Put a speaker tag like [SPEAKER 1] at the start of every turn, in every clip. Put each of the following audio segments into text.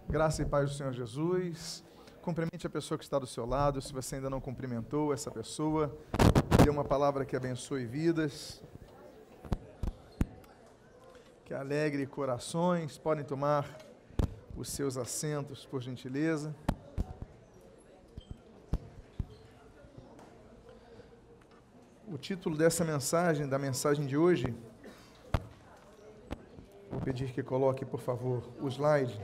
[SPEAKER 1] Graça e paz do Senhor Jesus. Cumprimente a pessoa que está do seu lado. Se você ainda não cumprimentou essa pessoa, dê uma palavra que abençoe vidas, que alegre corações. Podem tomar os seus assentos, por gentileza. O título dessa mensagem, da mensagem de hoje, vou pedir que coloque, por favor, o slide.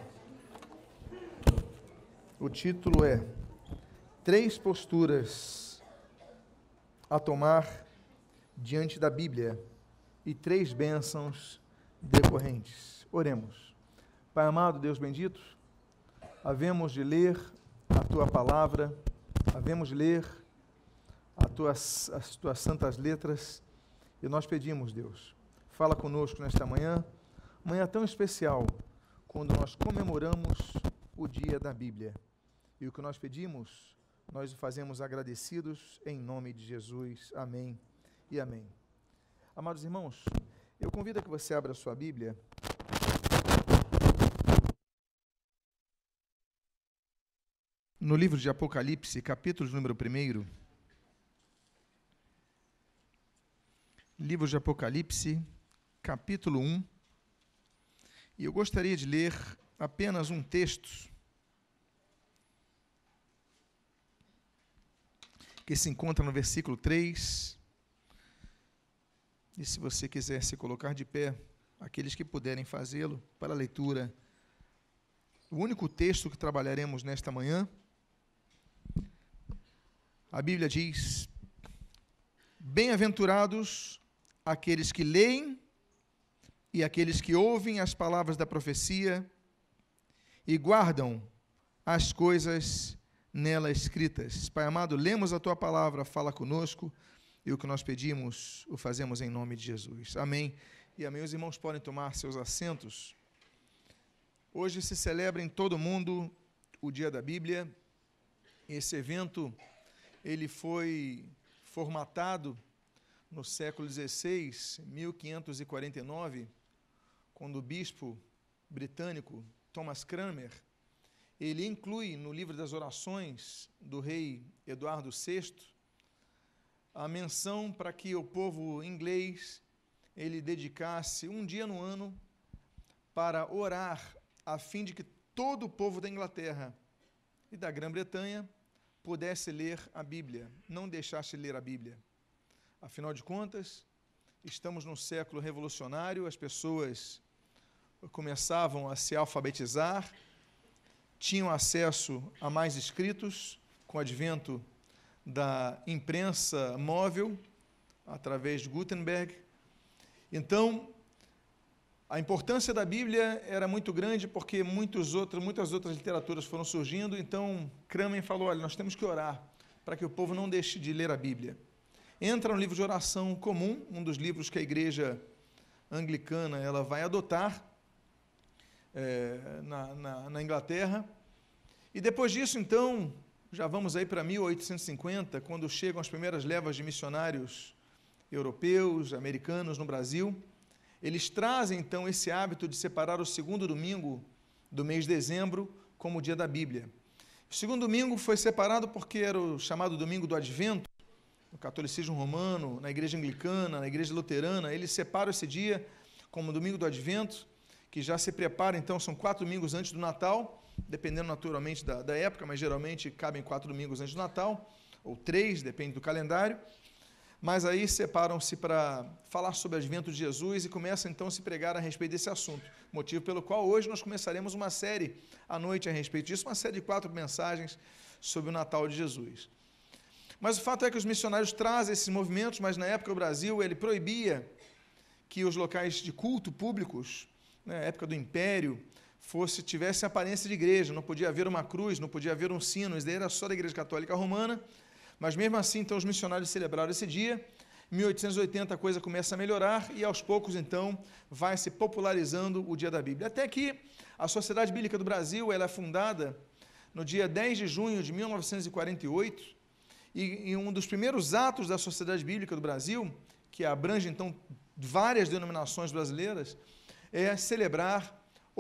[SPEAKER 1] O título é 3 posturas a tomar diante da Bíblia e 3 bênçãos decorrentes. Oremos. Pai amado, Deus bendito, havemos de ler a Tua palavra, havemos de ler as Tuas santas letras, e nós pedimos, Deus, fala conosco nesta manhã tão especial, quando nós comemoramos o dia da Bíblia. E o que nós pedimos, nós o fazemos agradecidos em nome de Jesus. Amém e amém. Amados irmãos, eu convido a que você abra a sua Bíblia no livro de Apocalipse, capítulo número 1. Livro de Apocalipse, capítulo 1. E eu gostaria de ler apenas um texto que se encontra no versículo 3, e se você quiser se colocar de pé, aqueles que puderem fazê-lo, para a leitura. O único texto que trabalharemos nesta manhã, a Bíblia diz: bem-aventurados aqueles que leem e aqueles que ouvem as palavras da profecia e guardam as coisas nela escritas. Pai amado, lemos a Tua palavra, fala conosco, e o que nós pedimos, o fazemos em nome de Jesus. Amém e amém. Os irmãos podem tomar seus assentos. Hoje se celebra em todo o mundo o Dia da Bíblia. Esse evento, ele foi formatado no século XVI, 1549, quando o bispo britânico Thomas Cranmer, ele inclui no livro das orações do rei Eduardo VI a menção para que o povo inglês ele dedicasse um dia no ano para orar, a fim de que todo o povo da Inglaterra e da Grã-Bretanha pudesse ler a Bíblia, não deixasse de ler a Bíblia. Afinal de contas, estamos num século revolucionário, as pessoas começavam a se alfabetizar, tinham acesso a mais escritos, com o advento da imprensa móvel, através de Gutenberg. Então, a importância da Bíblia era muito grande, porque muitas outras literaturas foram surgindo. Então, Cranmer falou: olha, nós temos que orar para que o povo não deixe de ler a Bíblia. Entra no livro de oração comum, um dos livros que a igreja anglicana ela vai adotar na Inglaterra. E depois disso, então, já vamos aí para 1850, quando chegam as primeiras levas de missionários europeus, americanos no Brasil. Eles trazem, então, esse hábito de separar o segundo domingo do mês de dezembro como o dia da Bíblia. O segundo domingo foi separado porque era o chamado domingo do Advento. No catolicismo romano, na igreja anglicana, na igreja luterana, eles separam esse dia como o domingo do Advento, que já se prepara, então, são 4 domingos antes do Natal, dependendo naturalmente da época, mas geralmente cabem 4 domingos antes do Natal, ou 3, depende do calendário. Mas aí separam-se para falar sobre o advento de Jesus e começam então a se pregar a respeito desse assunto, motivo pelo qual hoje nós começaremos uma série à noite a respeito disso, uma série de 4 mensagens sobre o Natal de Jesus. Mas o fato é que os missionários trazem esses movimentos, mas na época o Brasil ele proibia que os locais de culto públicos, na época do Império, tivesse aparência de igreja, não podia haver uma cruz, não podia haver um sino, isso daí era só da Igreja Católica Romana. Mas mesmo assim, então, os missionários celebraram esse dia. Em 1880 a coisa começa a melhorar e aos poucos, então, vai se popularizando o Dia da Bíblia. Até que a Sociedade Bíblica do Brasil ela é fundada no dia 10 de junho de 1948 e um dos primeiros atos da Sociedade Bíblica do Brasil, que abrange, então, várias denominações brasileiras, é celebrar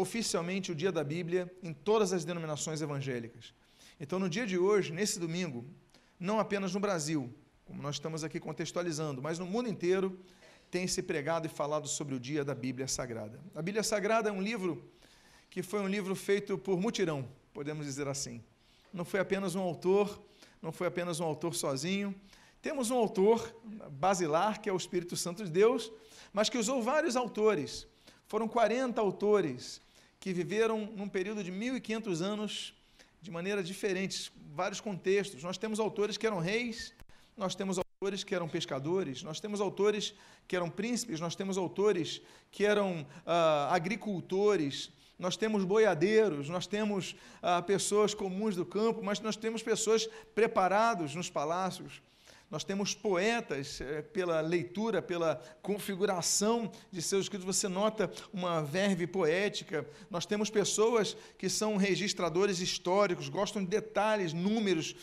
[SPEAKER 1] oficialmente o Dia da Bíblia em todas as denominações evangélicas. Então, no dia de hoje, nesse domingo, não apenas no Brasil, como nós estamos aqui contextualizando, mas no mundo inteiro, tem se pregado e falado sobre o Dia da Bíblia Sagrada. A Bíblia Sagrada é um livro que foi um livro feito por mutirão, podemos dizer assim. Não foi apenas um autor, não foi apenas um autor sozinho. Temos um autor basilar, que é o Espírito Santo de Deus, mas que usou vários autores. Foram 40 autores que viveram num período de 1.500 anos de maneira diferente, vários contextos. Nós temos autores que eram reis, nós temos autores que eram pescadores, nós temos autores que eram príncipes, nós temos autores que eram agricultores, nós temos boiadeiros, nós temos pessoas comuns do campo, mas nós temos pessoas preparadas nos palácios. Nós temos poetas, pela leitura, pela configuração de seus escritos, você nota uma verve poética. Nós temos pessoas que são registradores históricos, gostam de detalhes, números,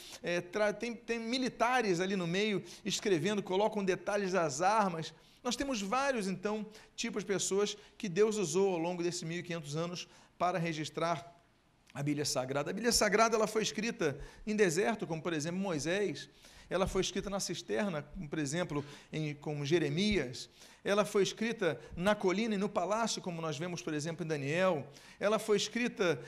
[SPEAKER 1] tem militares ali no meio escrevendo, colocam detalhes das armas. Nós temos vários, então, tipos de pessoas que Deus usou ao longo desses 1.500 anos para registrar a Bíblia Sagrada. A Bíblia Sagrada ela foi escrita em deserto, como, por exemplo, Moisés. Ela foi escrita na cisterna, como, por exemplo, com Jeremias. Ela foi escrita na colina e no palácio, como nós vemos, por exemplo, em Daniel. Ela foi escrita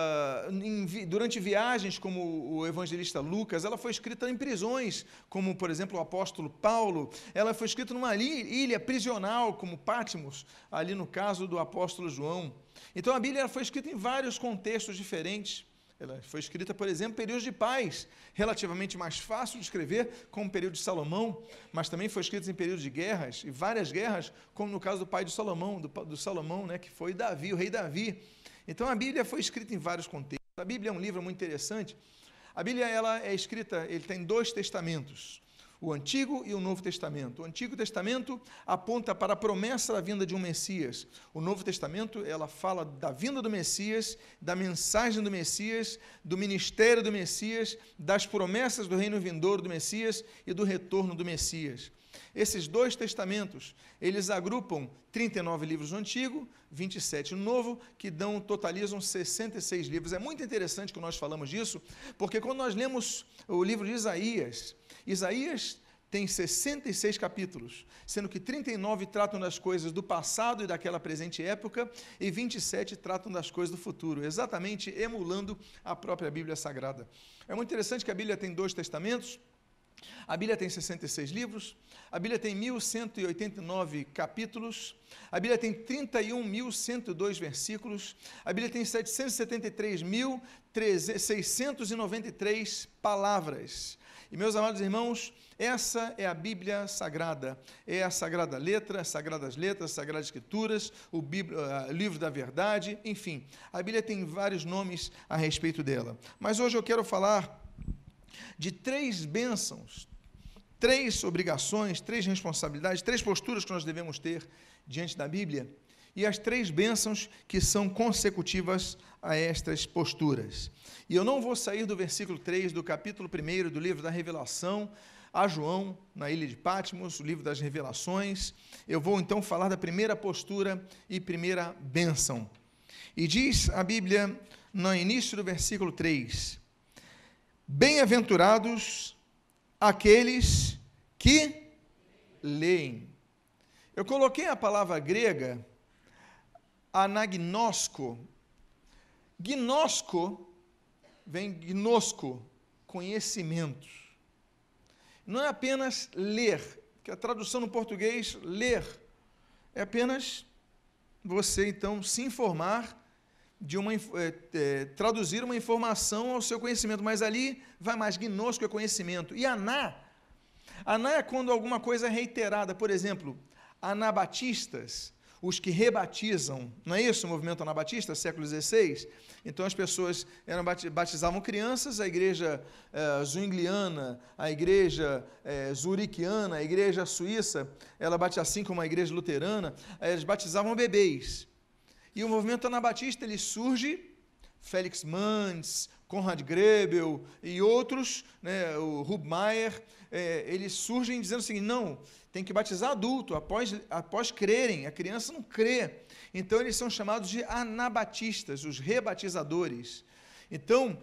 [SPEAKER 1] durante viagens, como o evangelista Lucas. Ela foi escrita em prisões, como, por exemplo, o apóstolo Paulo. Ela foi escrita numa ilha prisional, como Patmos, ali no caso do apóstolo João. Então, a Bíblia foi escrita em vários contextos diferentes. Ela foi escrita, por exemplo, em períodos de paz, relativamente mais fácil de escrever, como o período de Salomão, mas também foi escrita em períodos de guerras, e várias guerras, como no caso do pai de Salomão, do Salomão, né, que foi Davi, o rei Davi. Então, a Bíblia foi escrita em vários contextos. A Bíblia é um livro muito interessante. A Bíblia ela é escrita, ele tem 2 testamentos, o Antigo e o Novo Testamento. O Antigo Testamento aponta para a promessa da vinda de um Messias. O Novo Testamento, ela fala da vinda do Messias, da mensagem do Messias, do ministério do Messias, das promessas do reino vindouro do Messias e do retorno do Messias. Esses 2 testamentos, eles agrupam 39 livros no Antigo, 27 no Novo, que totalizam 66 livros. É muito interessante que nós falamos disso, porque quando nós lemos o livro de Isaías tem 66 capítulos, sendo que 39 tratam das coisas do passado e daquela presente época, e 27 tratam das coisas do futuro, exatamente emulando a própria Bíblia Sagrada. É muito interessante que a Bíblia tem 2 testamentos, a Bíblia tem 66 livros, a Bíblia tem 1.189 capítulos, a Bíblia tem 31.102 versículos, a Bíblia tem 773.693 palavras. E, meus amados irmãos, essa é a Bíblia Sagrada, é a Sagrada Letra, as Sagradas Letras, as Sagradas Escrituras, o Livro da Verdade, enfim, a Bíblia tem vários nomes a respeito dela. Mas hoje eu quero falar de 3 bênçãos, 3 obrigações, 3 responsabilidades, 3 posturas que nós devemos ter diante da Bíblia, e as 3 bênçãos que são consecutivas a estas posturas. E eu não vou sair do versículo 3 do capítulo 1 do livro da Revelação a João, na ilha de Patmos, o livro das Revelações. Eu vou então falar da primeira postura e primeira bênção. E diz a Bíblia, no início do versículo 3, bem-aventurados aqueles que leem. Eu coloquei a palavra grega, anagnosko. Gnosko vem gnosco, conhecimento. Não é apenas ler, que a tradução no português, ler, é apenas você, então, se informar, traduzir uma informação ao seu conhecimento, mas ali vai mais, gnosco é conhecimento. E aná é quando alguma coisa é reiterada, por exemplo, anabatistas, os que rebatizam, não é isso o movimento anabatista, século XVI? Então as pessoas batizavam crianças, a igreja zwingliana, a igreja zuriquiana, a igreja suíça, ela bate assim como a igreja luterana, eles batizavam bebês. E o movimento anabatista, ele surge, Félix Manz, Conrad Grebel e outros, né, o Hubmaier, eles surgem dizendo o seguinte: não, tem que batizar adulto, após crerem, a criança não crê. Então, eles são chamados de anabatistas, os rebatizadores. Então,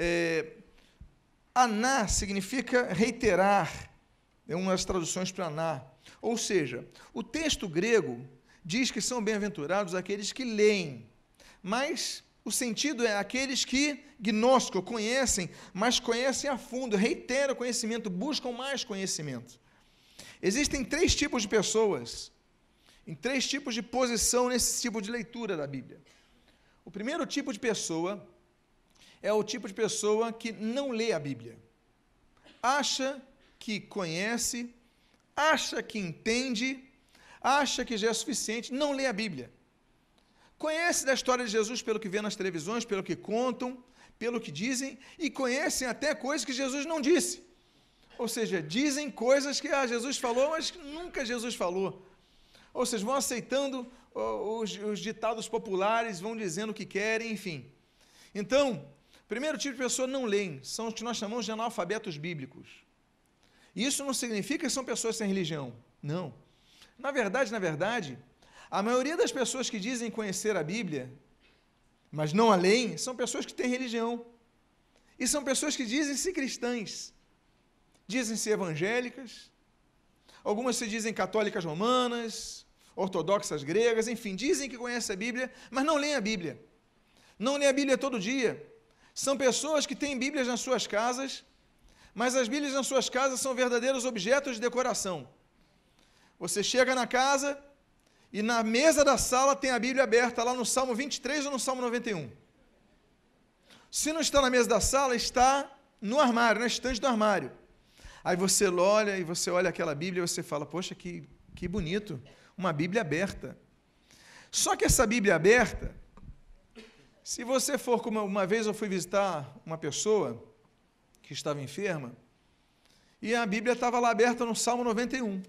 [SPEAKER 1] aná significa reiterar, é uma das traduções para aná. Ou seja, o texto grego diz que são bem-aventurados aqueles que leem, mas o sentido é aqueles que, gnóstico, conhecem, mas conhecem a fundo, reiteram o conhecimento, buscam mais conhecimento. Existem 3 tipos de pessoas, em 3 tipos de posição nesse tipo de leitura da Bíblia. O primeiro tipo de pessoa é o tipo de pessoa que não lê a Bíblia. Acha que conhece, acha que entende, acha que já é suficiente, não lê a Bíblia. Conhece da história de Jesus pelo que vê nas televisões, pelo que contam, pelo que dizem, e conhecem até coisas que Jesus não disse. Ou seja, dizem coisas que Jesus falou, mas nunca Jesus falou. Ou seja, vão aceitando os ditados populares, vão dizendo o que querem, enfim. Então, primeiro tipo de pessoa não leem, são os que nós chamamos de analfabetos bíblicos. Isso não significa que são pessoas sem religião, não. Na verdade, a maioria das pessoas que dizem conhecer a Bíblia, mas não a leem, são pessoas que têm religião. E são pessoas que dizem ser cristãs, dizem ser evangélicas, algumas se dizem católicas romanas, ortodoxas gregas, enfim, dizem que conhecem a Bíblia, mas não leem a Bíblia. Não leem a Bíblia todo dia. São pessoas que têm Bíblias nas suas casas, mas as Bíblias nas suas casas são verdadeiros objetos de decoração. Você chega na casa e na mesa da sala tem a Bíblia aberta, lá no Salmo 23 ou no Salmo 91. Se não está na mesa da sala, está no armário, na estante do armário. Aí você olha aquela Bíblia e você fala: poxa, que bonito, uma Bíblia aberta. Só que essa Bíblia aberta, se você for, como uma vez eu fui visitar uma pessoa que estava enferma, e a Bíblia estava lá aberta no Salmo 91.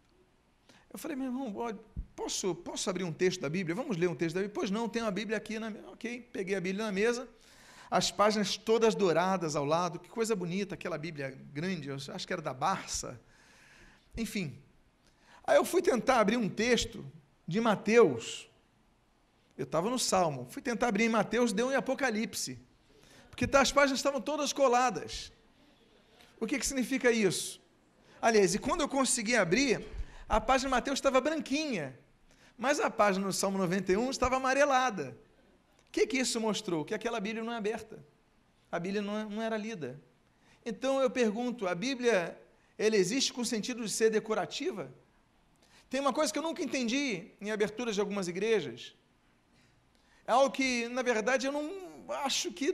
[SPEAKER 1] Eu falei: meu irmão, posso abrir um texto da Bíblia? Vamos ler um texto da Bíblia? Pois não, tem uma Bíblia aqui. Ok, peguei a Bíblia na mesa, as páginas todas douradas ao lado, que coisa bonita, aquela Bíblia grande, eu acho que era da Barça. Enfim, aí eu fui tentar abrir um texto de Mateus. Eu estava no Salmo, fui tentar abrir em Mateus, deu em Apocalipse, porque as páginas estavam todas coladas. O que significa isso? Aliás, e quando eu consegui abrir, a página de Mateus estava branquinha, mas a página do Salmo 91 estava amarelada. O que isso mostrou? Que aquela Bíblia não é aberta. A Bíblia não era lida. Então eu pergunto, a Bíblia, ela existe com o sentido de ser decorativa? Tem uma coisa que eu nunca entendi em aberturas de algumas igrejas. É algo que, na verdade, eu não acho que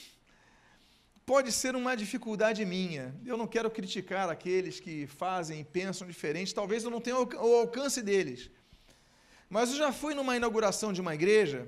[SPEAKER 1] pode ser uma dificuldade minha. Eu não quero criticar aqueles que fazem e pensam diferente, talvez eu não tenha o alcance deles. Mas eu já fui numa inauguração de uma igreja,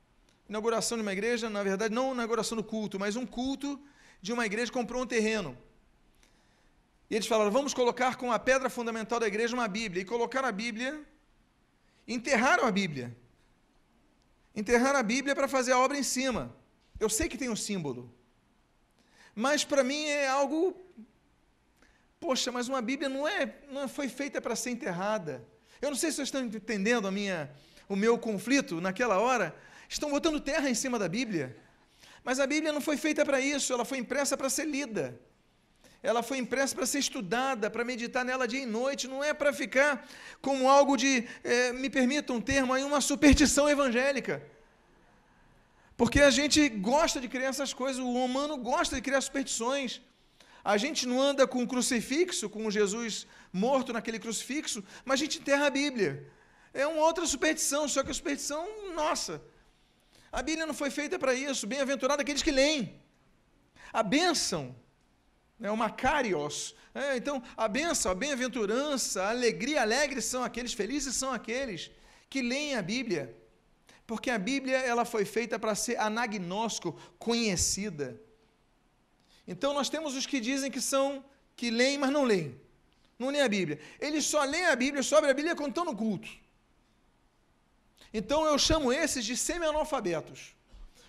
[SPEAKER 1] na verdade, não inauguração do culto, mas um culto de uma igreja que comprou um terreno. E eles falaram: vamos colocar com a pedra fundamental da igreja uma Bíblia. E colocaram a Bíblia, enterraram a Bíblia. Enterraram a Bíblia para fazer a obra em cima. Eu sei que tem um símbolo, mas para mim é algo... Poxa, mas uma Bíblia não foi feita para ser enterrada. Eu não sei se vocês estão entendendo o meu conflito naquela hora. Estão botando terra em cima da Bíblia. Mas a Bíblia não foi feita para isso, ela foi impressa para ser lida. Ela foi impressa para ser estudada, para meditar nela dia e noite, não é para ficar como algo de, me permita um termo aí, uma superstição evangélica. Porque a gente gosta de criar essas coisas, o humano gosta de criar superstições. A gente não anda com um crucifixo, com Jesus morto naquele crucifixo, mas a gente enterra a Bíblia. É uma outra superstição, só que a superstição nossa. A Bíblia não foi feita para isso. Bem-aventurado aqueles que leem. A bênção, o Makarios. Então, a bênção, a bem-aventurança, a alegria, alegres são aqueles, felizes são aqueles que leem a Bíblia. Porque a Bíblia ela foi feita para ser anagnóstico, conhecida. Então, nós temos os que dizem que leem, mas não leem. Não leem a Bíblia. Eles só leem a Bíblia, só abrem a Bíblia quando estão no culto. Então, eu chamo esses de semi-analfabetos.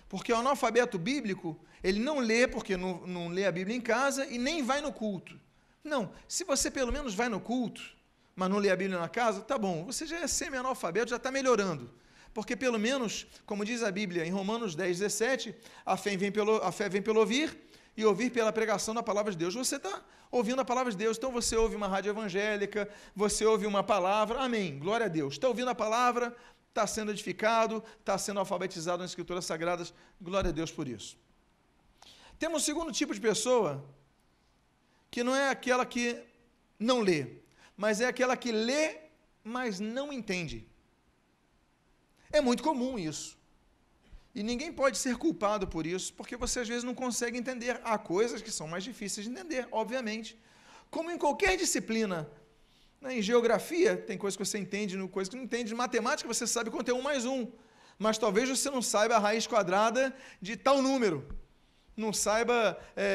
[SPEAKER 1] Porque o analfabeto bíblico, ele não lê porque não lê a Bíblia em casa e nem vai no culto. Não, se você pelo menos vai no culto, mas não lê a Bíblia na casa, tá bom, você já é semi-analfabeto, já está melhorando. Porque pelo menos, como diz a Bíblia em Romanos 10, 17, a fé vem pelo ouvir e ouvir pela pregação da palavra de Deus. Você está ouvindo a palavra de Deus, então você ouve uma rádio evangélica, você ouve uma palavra, amém, glória a Deus. Está ouvindo a palavra, está sendo edificado, está sendo alfabetizado nas Escrituras Sagradas, glória a Deus por isso. Temos um segundo tipo de pessoa, que não é aquela que não lê, mas é aquela que lê, mas não entende. É muito comum isso. E ninguém pode ser culpado por isso, porque você às vezes não consegue entender. Há coisas que são mais difíceis de entender, obviamente. Como em qualquer disciplina. Em geografia, tem coisas que você entende, coisas que não entende. Em matemática, você sabe quanto é 1 mais 1. Mas talvez você não saiba a raiz quadrada de tal número. Não saiba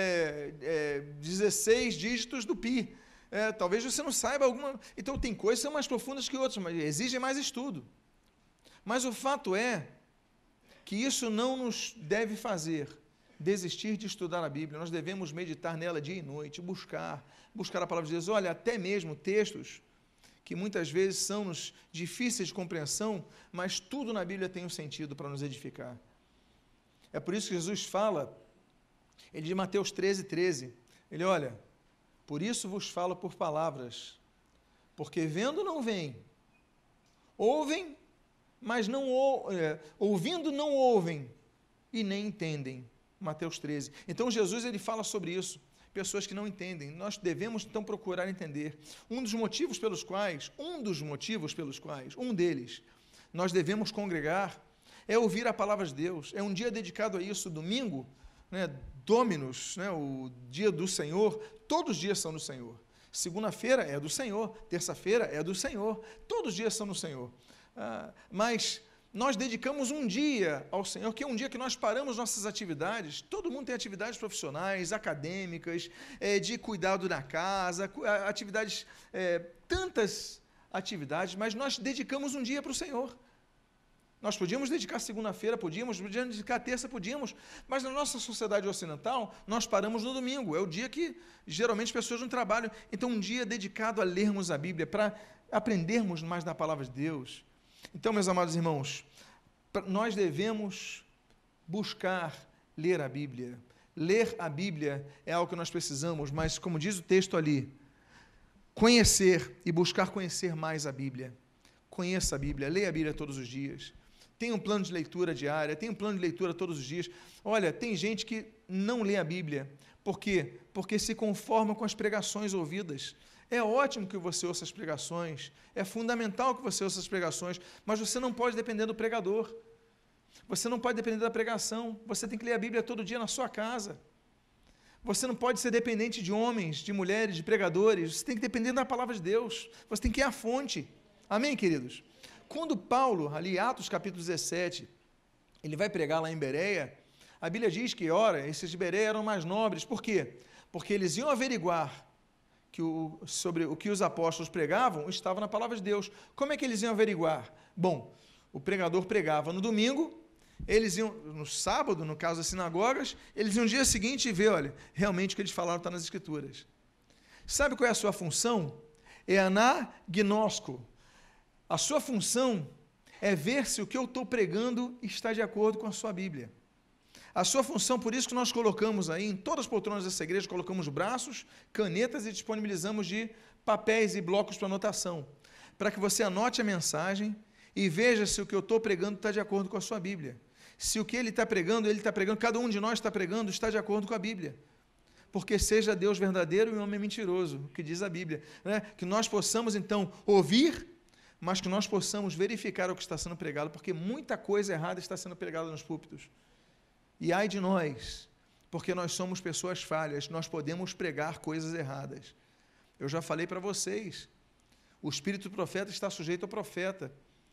[SPEAKER 1] 16 dígitos do pi. Talvez você não saiba alguma... Então, tem coisas que são mais profundas que outras, mas exigem mais estudo. Mas o fato é que isso não nos deve fazer desistir de estudar a Bíblia. Nós devemos meditar nela dia e noite, buscar a palavra de Deus. Olha, até mesmo textos que muitas vezes são difíceis de compreensão, mas tudo na Bíblia tem um sentido para nos edificar. É por isso que Jesus fala, ele de Mateus 13, 13, ele, olha, por isso vos falo por palavras, porque vendo não veem, ouvem, mas não ouvindo não ouvem e nem entendem. Mateus 13. Então Jesus ele fala sobre isso, pessoas que não entendem. Nós devemos então procurar entender. Um deles, nós devemos congregar, é ouvir a palavra de Deus. É um dia dedicado a isso, domingo, Dominus, o dia do Senhor, todos os dias são do Senhor. Segunda-feira é do Senhor, terça-feira é do Senhor, todos os dias são do Senhor. Mas nós dedicamos um dia ao Senhor, que é um dia que nós paramos nossas atividades. Todo mundo tem atividades profissionais, acadêmicas, de cuidado da casa, atividades, tantas atividades, mas nós dedicamos um dia para o Senhor. Nós podíamos dedicar segunda-feira, podíamos dedicar terça, podíamos, mas na nossa sociedade ocidental, nós paramos no domingo, é o dia que geralmente as pessoas não trabalham. Então, um dia dedicado a lermos a Bíblia, para aprendermos mais da palavra de Deus. Então, meus amados irmãos, nós devemos buscar ler a Bíblia. Ler a Bíblia é algo que nós precisamos, mas, como diz o texto ali, conhecer e buscar conhecer mais a Bíblia. Conheça a Bíblia, leia a Bíblia todos os dias. Tem um plano de leitura diária, tem um plano de leitura todos os dias. Olha, tem gente que não lê a Bíblia. Por quê? Porque se conforma com as pregações ouvidas. É ótimo que você ouça as pregações, é fundamental que você ouça as pregações, mas você não pode depender do pregador. Você não pode depender da pregação. Você tem que ler a Bíblia todo dia na sua casa. Você não pode ser dependente de homens, de mulheres, de pregadores. Você tem que depender da palavra de Deus. Você tem que ir à fonte. Amém, queridos? Quando Paulo, ali em Atos capítulo 17, ele vai pregar lá em Bereia, a Bíblia diz que, ora, esses de Bereia eram mais nobres. Por quê? Porque eles iam averiguar sobre o que os apóstolos pregavam, estava na palavra de Deus. Como é que eles iam averiguar? Bom, o pregador pregava no domingo, eles iam no sábado, no caso das sinagogas, eles iam no dia seguinte e ver, olha, realmente o que eles falaram está nas Escrituras. Sabe qual é a sua função? É anagnosco. A sua função é ver se o que eu estou pregando está de acordo com a sua Bíblia. A sua função, por isso que nós colocamos aí, em todas as poltronas dessa igreja, colocamos braços, canetas e disponibilizamos de papéis e blocos para anotação, para que você anote a mensagem e veja se o que eu estou pregando está de acordo com a sua Bíblia. Se o que ele está pregando, cada um de nós está pregando, está de acordo com a Bíblia. Porque seja Deus verdadeiro e um homem mentiroso, que diz a Bíblia. Que nós possamos, então, ouvir, mas que nós possamos verificar o que está sendo pregado, porque muita coisa errada está sendo pregada nos púlpitos. E ai de nós, porque nós somos pessoas falhas, nós podemos pregar coisas erradas. Eu já falei para vocês, o espírito do profeta está sujeito ao profeta.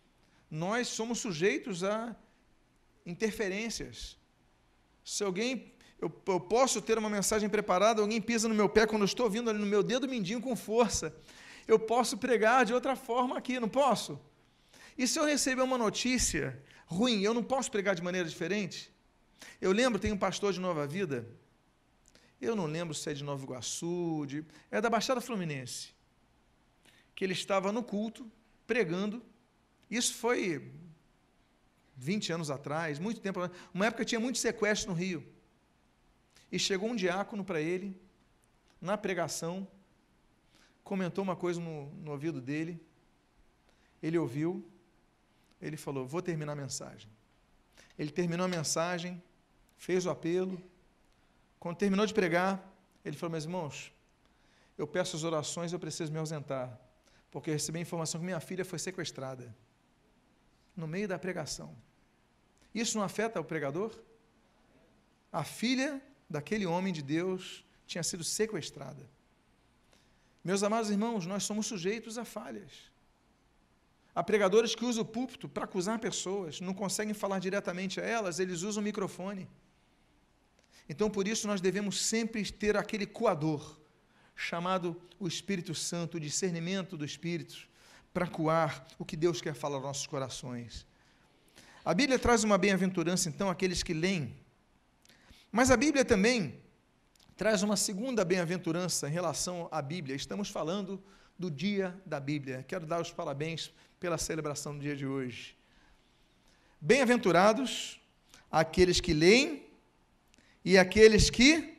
[SPEAKER 1] Nós somos sujeitos a interferências. Se alguém, eu posso ter uma mensagem preparada, alguém pisa no meu pé quando eu estou vindo ali no meu dedo mindinho com força, eu posso pregar de outra forma aqui, não posso? E se eu receber uma notícia ruim, eu não posso pregar de maneira diferente? Eu lembro, tem um pastor de Nova Vida, eu não lembro se é de Nova Iguaçu, é da Baixada Fluminense, que ele estava no culto, pregando, isso foi 20 anos atrás, muito tempo, uma época tinha muito sequestro no Rio, e chegou um diácono para ele, na pregação, comentou uma coisa no ouvido dele, ele ouviu, ele falou, vou terminar a mensagem. Ele terminou a mensagem, fez o apelo, quando terminou de pregar, ele falou, meus irmãos, eu peço as orações, eu preciso me ausentar, porque eu recebi a informação que minha filha foi sequestrada, no meio da pregação. Isso não afeta o pregador? A filha daquele homem de Deus tinha sido sequestrada. Meus amados irmãos, nós somos sujeitos a falhas. Há pregadores que usam o púlpito para acusar pessoas, não conseguem falar diretamente a elas, eles usam o microfone. Então, por isso, nós devemos sempre ter aquele coador, chamado o Espírito Santo, o discernimento do Espírito, para coar o que Deus quer falar aos nossos corações. A Bíblia traz uma bem-aventurança, então, àqueles que leem, mas a Bíblia também traz uma segunda bem-aventurança em relação à Bíblia. Estamos falando do dia da Bíblia. Quero dar os parabéns pela celebração do dia de hoje. Bem-aventurados aqueles que leem e aqueles que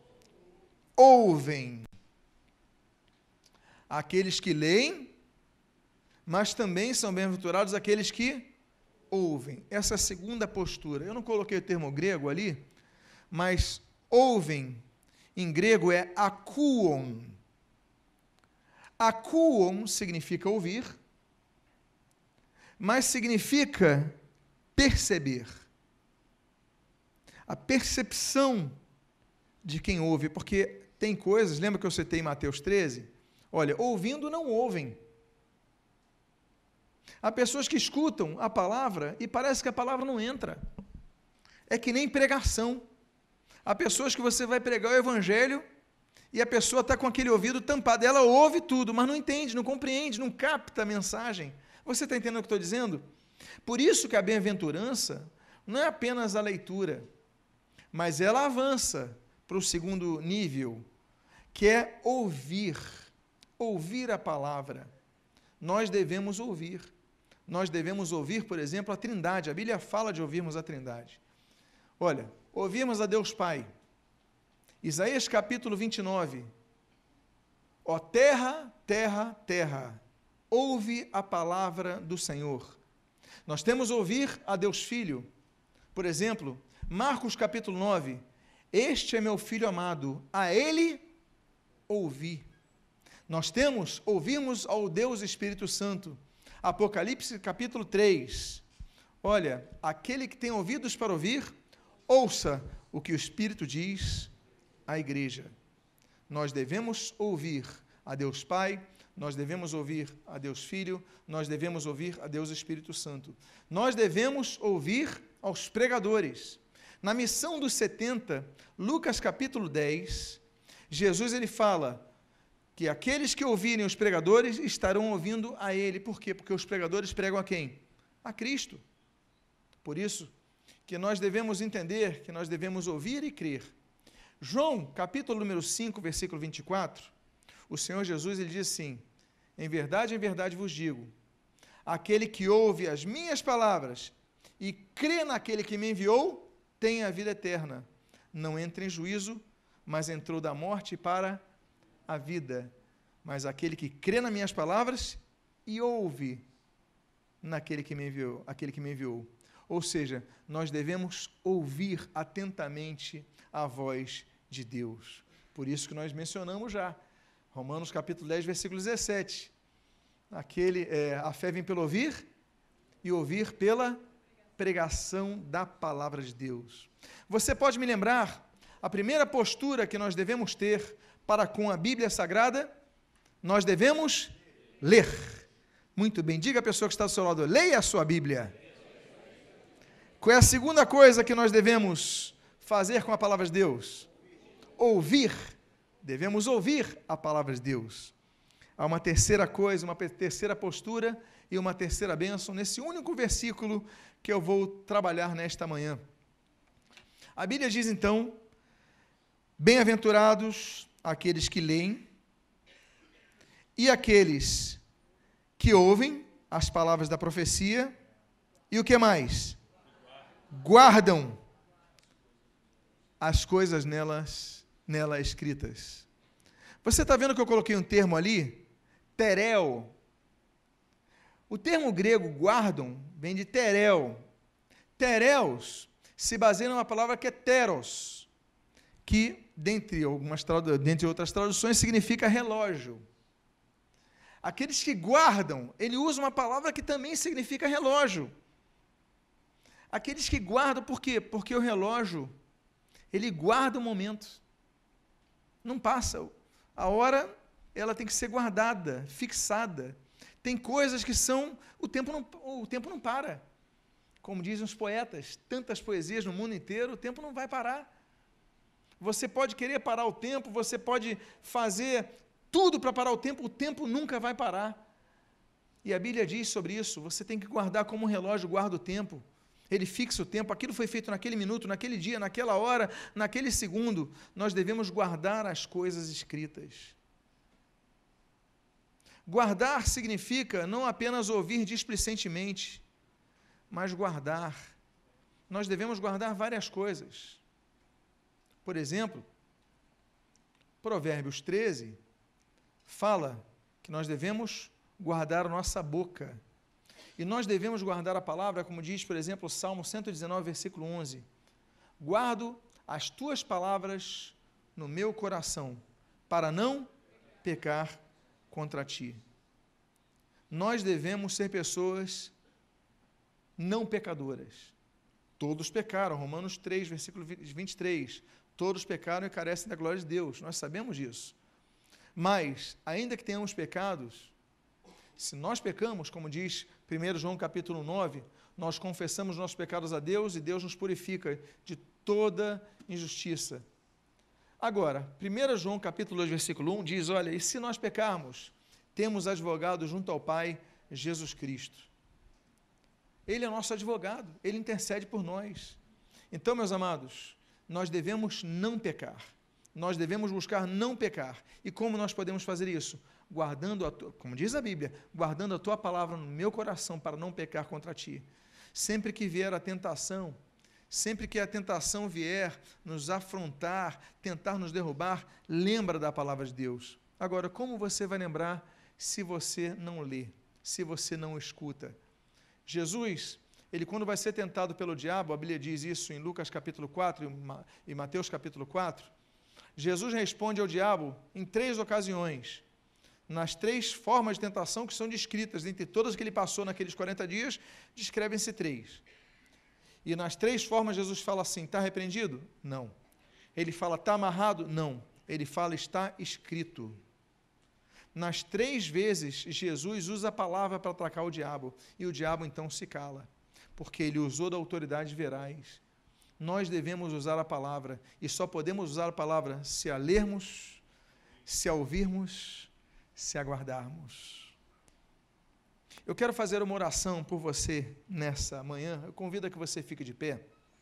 [SPEAKER 1] ouvem. Aqueles que leem, mas também são bem-aventurados aqueles que ouvem. Essa é a segunda postura. Eu não coloquei o termo grego ali, mas ouvem, em grego é akouon. Akouon significa ouvir, mas significa perceber. A percepção de quem ouve, porque tem coisas, lembra que eu citei em Mateus 13? Olha, ouvindo não ouvem. Há pessoas que escutam a palavra e parece que a palavra não entra. É que nem pregação. Há pessoas que você vai pregar o evangelho e a pessoa está com aquele ouvido tampado. Ela ouve tudo, mas não entende, não compreende, não capta a mensagem. Você está entendendo o que estou dizendo? Por isso que a bem-aventurança não é apenas a leitura, mas ela avança para o segundo nível, que é ouvir. Ouvir a palavra. Nós devemos ouvir. Nós devemos ouvir, por exemplo, a Trindade. A Bíblia fala de ouvirmos a Trindade. Olha, ouvirmos a Deus Pai. Isaías capítulo 29. Ó terra, terra, terra, ouve a palavra do Senhor. Nós temos ouvir a Deus Filho. Por exemplo, Marcos capítulo 9. Este é meu Filho amado, a Ele ouvi. Nós temos, ouvimos ao Deus Espírito Santo. Apocalipse capítulo 3. Olha, aquele que tem ouvidos para ouvir, ouça o que o Espírito diz à igreja. Nós devemos ouvir a Deus Pai, nós devemos ouvir a Deus Filho, nós devemos ouvir a Deus Espírito Santo. Nós devemos ouvir aos pregadores. Na missão dos 70, Lucas capítulo 10, Jesus ele fala que aqueles que ouvirem os pregadores estarão ouvindo a ele. Por quê? Porque os pregadores pregam a quem? A Cristo. Por isso que nós devemos entender que nós devemos ouvir e crer. João, capítulo número 5, versículo 24, o Senhor Jesus ele diz assim, em verdade vos digo, aquele que ouve as minhas palavras e crê naquele que me enviou, tem a vida eterna. Não entra em juízo, mas entrou da morte para a vida. Mas aquele que crê nas minhas palavras e ouve naquele que me enviou, aquele que me enviou. Ou seja, nós devemos ouvir atentamente a voz de Deus. Por isso que nós mencionamos já, Romanos capítulo 10, versículo 17. A fé vem pelo ouvir e ouvir pela pregação da palavra de Deus. Você pode me lembrar a primeira postura que nós devemos ter para com a Bíblia Sagrada? Nós devemos ler. Muito bem, diga à pessoa que está do seu lado, leia a sua Bíblia. Qual é a segunda coisa que nós devemos fazer com a palavra de Deus? Ouvir. Devemos ouvir a palavra de Deus. Há uma terceira coisa, uma terceira postura e uma terceira bênção nesse único versículo que eu vou trabalhar nesta manhã. A Bíblia diz então: bem-aventurados aqueles que leem e aqueles que ouvem as palavras da profecia, e o que mais? Guardam as coisas nela escritas. Você está vendo que eu coloquei um termo ali? Tereo. O termo grego guardam vem de tereo. Tereos se baseia numa palavra que é teros, que, dentre outras traduções, significa relógio. Aqueles que guardam, ele usa uma palavra que também significa relógio. Aqueles que guardam, por quê? Porque o relógio, ele guarda o momento. Não passa. A hora, ela tem que ser guardada, fixada. Tem coisas que são, o tempo não para. Como dizem os poetas, tantas poesias no mundo inteiro, o tempo não vai parar. Você pode querer parar o tempo, você pode fazer tudo para parar o tempo nunca vai parar. E a Bíblia diz sobre isso, você tem que guardar como um relógio guarda o tempo. Ele fixa o tempo, aquilo foi feito naquele minuto, naquele dia, naquela hora, naquele segundo. Nós devemos guardar as coisas escritas. Guardar significa não apenas ouvir displicentemente, mas guardar. Nós devemos guardar várias coisas. Por exemplo, Provérbios 13 fala que nós devemos guardar a nossa boca. E nós devemos guardar a palavra, como diz, por exemplo, o Salmo 119, versículo 11. Guardo as tuas palavras no meu coração, para não pecar contra ti. Nós devemos ser pessoas não pecadoras. Todos pecaram, Romanos 3, versículo 23. Todos pecaram e carecem da glória de Deus, nós sabemos disso. Mas, ainda que tenhamos pecados, se nós pecamos, como diz 1 João capítulo 9, nós confessamos nossos pecados a Deus e Deus nos purifica de toda injustiça. Agora, 1 João capítulo 2, versículo 1 diz, olha, e se nós pecarmos, temos advogado junto ao Pai, Jesus Cristo. Ele é nosso advogado, ele intercede por nós. Então, meus amados, nós devemos não pecar. Nós devemos buscar não pecar. E como nós podemos fazer isso? Guardando, como diz a Bíblia, guardando a tua palavra no meu coração para não pecar contra ti. Sempre que vier a tentação, sempre que a tentação vier nos afrontar, tentar nos derrubar, lembra da palavra de Deus. Agora, como você vai lembrar se você não lê, se você não escuta? Jesus, ele quando vai ser tentado pelo diabo, a Bíblia diz isso em Lucas capítulo 4 e Mateus capítulo 4, Jesus responde ao diabo em 3 ocasiões, nas 3 formas de tentação que são descritas, entre todas que ele passou naqueles 40 dias, descrevem-se 3. E nas 3 formas Jesus fala assim, está repreendido? Não. Ele fala, está amarrado? Não. Ele fala, está escrito. Nas 3 vezes, Jesus usa a palavra para atacar o diabo, e o diabo então se cala, porque ele usou da autoridade veraz. Nós devemos usar a palavra, e só podemos usar a palavra se a lermos, se a ouvirmos, se aguardarmos. Eu quero fazer uma oração por você nessa manhã, eu convido a que você fique de pé.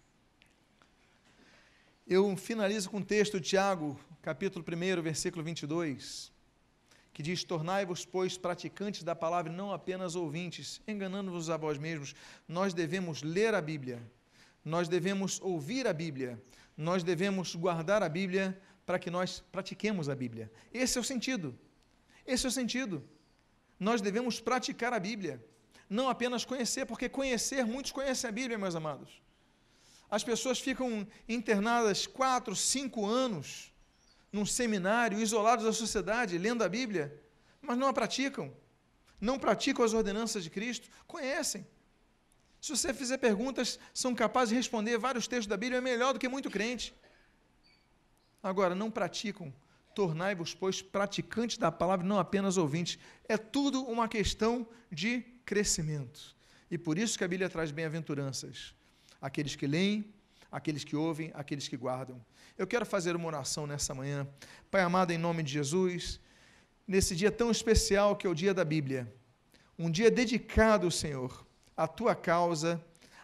[SPEAKER 1] Eu finalizo com o texto de Tiago, capítulo 1, versículo 22, que diz, tornai-vos, pois, praticantes da palavra, e não apenas ouvintes, enganando-vos a vós mesmos. Nós devemos ler a Bíblia, nós devemos ouvir a Bíblia, nós devemos guardar a Bíblia para que nós pratiquemos a Bíblia. Esse é o sentido. Esse é o sentido. Nós devemos praticar a Bíblia, não apenas conhecer, porque conhecer, muitos conhecem a Bíblia, meus amados. As pessoas ficam internadas 4, 5 anos num seminário, isolados da sociedade, lendo a Bíblia, mas não a praticam. Não praticam as ordenanças de Cristo, conhecem. Se você fizer perguntas, são capazes de responder vários textos da Bíblia, é melhor do que muito crente. Agora, não praticam. Tornai-vos, pois, praticantes da palavra, não apenas ouvintes. É tudo uma questão de crescimento. E por isso que a Bíblia traz bem-aventuranças. Aqueles que leem, aqueles que ouvem, aqueles que guardam. Eu quero fazer uma oração nessa manhã. Pai amado, em nome de Jesus, nesse dia tão especial que é o dia da Bíblia, um dia dedicado, Senhor, à Tua causa,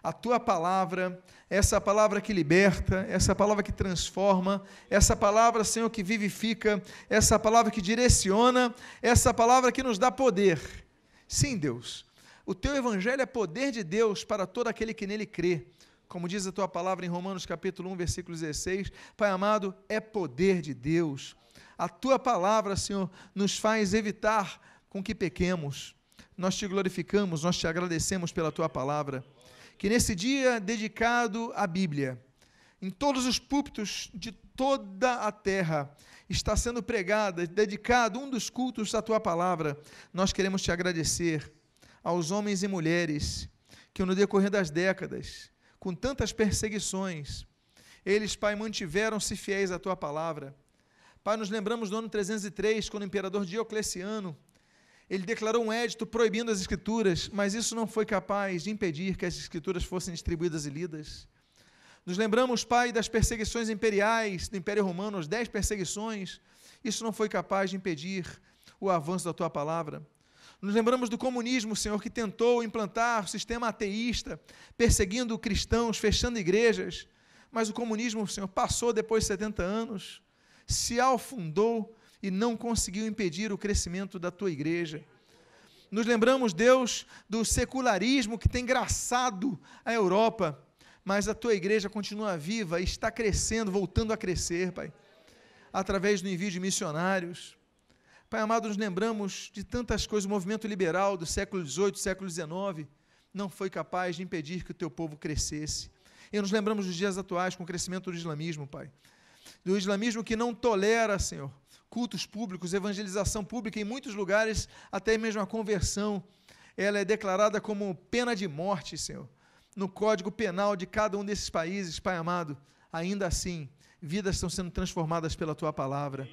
[SPEAKER 1] a tua palavra, essa palavra que liberta, essa palavra que transforma, essa palavra, Senhor, que vivifica, essa palavra que direciona, essa palavra que nos dá poder. Sim, Deus, o teu evangelho é poder de Deus para todo aquele que nele crê. Como diz a tua palavra em Romanos capítulo 1, versículo 16, Pai amado, é poder de Deus. A tua palavra, Senhor, nos faz evitar com que pequemos. Nós te glorificamos, nós te agradecemos pela tua palavra. Que nesse dia dedicado à Bíblia, em todos os púlpitos de toda a terra, está sendo pregada, dedicado um dos cultos à tua palavra. Nós queremos te agradecer aos homens e mulheres que no decorrer das décadas, com tantas perseguições, eles, Pai, mantiveram-se fiéis à tua palavra. Pai, nos lembramos do ano 303, quando o imperador Diocleciano, ele declarou um edito proibindo as escrituras, mas isso não foi capaz de impedir que as escrituras fossem distribuídas e lidas. Nos lembramos, Pai, das perseguições imperiais do Império Romano, as 10 perseguições, isso não foi capaz de impedir o avanço da tua palavra. Nos lembramos do comunismo, Senhor, que tentou implantar o sistema ateísta, perseguindo cristãos, fechando igrejas, mas o comunismo, Senhor, passou depois de 70 anos, se afundou e não conseguiu impedir o crescimento da tua igreja. Nos lembramos, Deus, do secularismo que tem graçado a Europa, mas a tua igreja continua viva e está crescendo, voltando a crescer, Pai, através do envio de missionários. Pai amado, nos lembramos de tantas coisas, o movimento liberal do século XVIII, século XIX, não foi capaz de impedir que o teu povo crescesse. E nos lembramos dos dias atuais com o crescimento do islamismo, Pai, do islamismo que não tolera, Senhor, cultos públicos, evangelização pública, em muitos lugares, até mesmo a conversão, ela é declarada como pena de morte, Senhor, no Código Penal de cada um desses países. Pai amado, ainda assim, vidas estão sendo transformadas pela tua palavra.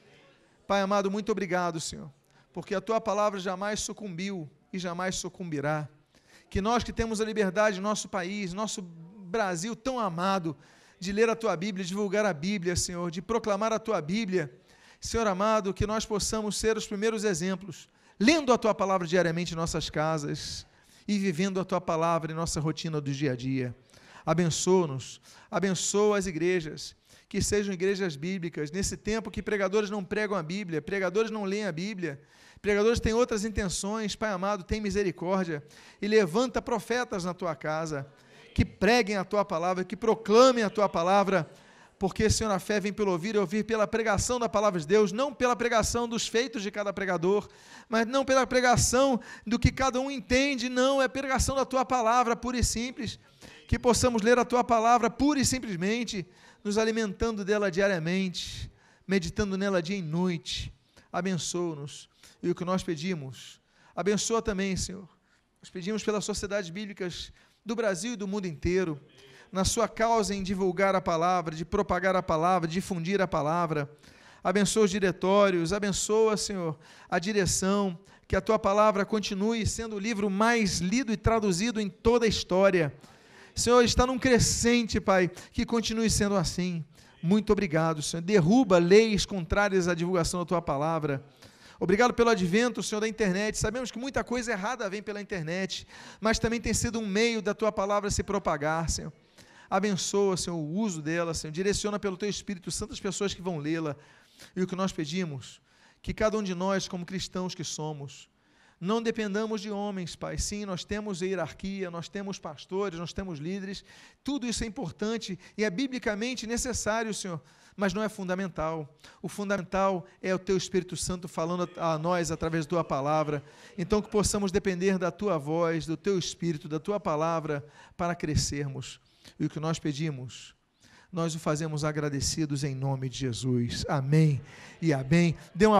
[SPEAKER 1] Pai amado, muito obrigado, Senhor, porque a tua palavra jamais sucumbiu e jamais sucumbirá. Que nós que temos a liberdade, nosso país, nosso Brasil tão amado, de ler a tua Bíblia, de divulgar a Bíblia, Senhor, de proclamar a tua Bíblia, Senhor amado, que nós possamos ser os primeiros exemplos, lendo a tua palavra diariamente em nossas casas e vivendo a tua palavra em nossa rotina do dia a dia. Abençoa-nos, abençoa as igrejas, que sejam igrejas bíblicas, nesse tempo que pregadores não pregam a Bíblia, pregadores não leem a Bíblia, pregadores têm outras intenções. Pai amado, tem misericórdia e levanta profetas na tua casa, que preguem a tua palavra, que proclamem a tua palavra, porque, Senhor, a fé vem pelo ouvir e ouvir pela pregação da palavra de Deus, não pela pregação dos feitos de cada pregador, mas não pela pregação do que cada um entende, não, é pregação da tua palavra, pura e simples, que possamos ler a tua palavra pura e simplesmente, nos alimentando dela diariamente, meditando nela dia e noite. Abençoa-nos, e o que nós pedimos, abençoa também, Senhor, nós pedimos pelas sociedades bíblicas do Brasil e do mundo inteiro, na sua causa em divulgar a palavra, de propagar a palavra, difundir a palavra. Abençoa os diretórios, abençoa, Senhor, a direção, que a tua palavra continue sendo o livro mais lido e traduzido em toda a história. Senhor, está num crescente, Pai, que continue sendo assim. Muito obrigado, Senhor. Derruba leis contrárias à divulgação da tua palavra. Obrigado pelo advento, Senhor, da internet. Sabemos que muita coisa errada vem pela internet, mas também tem sido um meio da tua palavra se propagar, Senhor. Abençoa, Senhor, o uso dela, Senhor. Direciona pelo teu Espírito Santo as pessoas que vão lê-la. E o que nós pedimos, que cada um de nós, como cristãos que somos, não dependamos de homens, Pai. Sim, nós temos hierarquia, nós temos pastores, nós temos líderes. Tudo isso é importante e é biblicamente necessário, Senhor, mas não é fundamental. O fundamental é o teu Espírito Santo falando a nós através da tua palavra. Então, que possamos depender da tua voz, do teu Espírito, da tua palavra, para crescermos. E o que nós pedimos, nós o fazemos agradecidos em nome de Jesus. Amém e amém. Dê uma